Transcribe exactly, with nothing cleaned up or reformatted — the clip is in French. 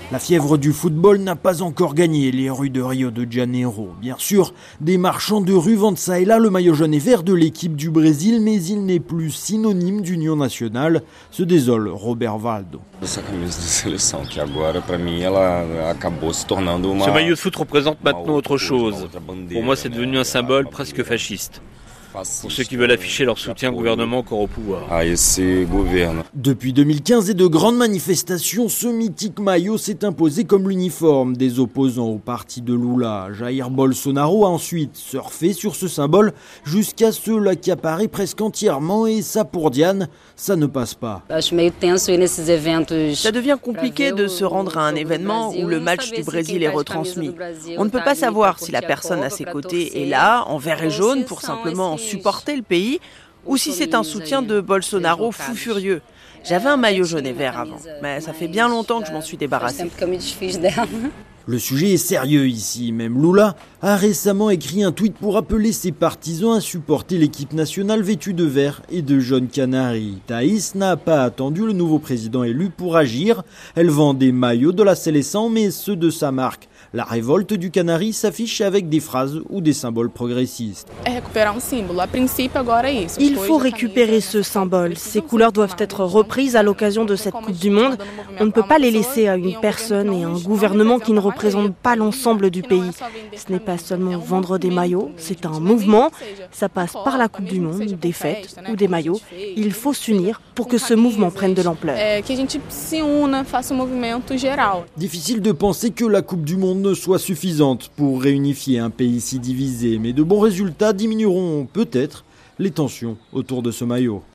La fièvre du football n'a pas encore gagné les rues de Rio de Janeiro. Bien sûr, des marchands de rue vendent ça et là le maillot jaune et vert de l'équipe du Brésil, mais il n'est plus synonyme d'union nationale, se désole Robert Valdo. Ce maillot de foot représente maintenant autre chose. Pour moi, c'est devenu un symbole presque fasciste. Pour ceux qui veulent afficher leur soutien au gouvernement encore au pouvoir. Depuis deux mille quinze et de grandes manifestations, ce mythique maillot s'est imposé comme l'uniforme des opposants au parti de Lula. Jair Bolsonaro a ensuite surfé sur ce symbole jusqu'à se l'accaparer presque entièrement et ça pour Diane, ça ne passe pas. Ça devient compliqué de se rendre à un événement où le match du Brésil est retransmis. On ne peut pas savoir si la personne à ses côtés est là, en vert et jaune, pour simplement supporter le pays, ou si c'est un soutien de Bolsonaro fou furieux. J'avais un maillot jaune et vert avant, mais ça fait bien longtemps que je m'en suis débarrassée. Le sujet est sérieux ici, même Lula a récemment écrit un tweet pour appeler ses partisans à supporter l'équipe nationale vêtue de vert et de jaune canari. Thaïs n'a pas attendu le nouveau président élu pour agir. Elle vend des maillots de la Seleção, mais ceux de sa marque. La révolte du Canari s'affiche avec des phrases ou des symboles progressistes. Il faut récupérer ce symbole. Ces couleurs doivent être reprises à l'occasion de cette Coupe du Monde. On ne peut pas les laisser à une personne et un gouvernement qui ne représente pas l'ensemble du pays. Ce n'est pas seulement vendre des maillots, c'est un mouvement. Ça passe par la Coupe du Monde, des fêtes ou des maillots. Il faut s'unir pour que ce mouvement prenne de l'ampleur. Difficile de penser que la Coupe du Monde ne soit suffisante pour réunifier un pays si divisé, mais de bons résultats diminueront peut-être les tensions autour de ce maillot.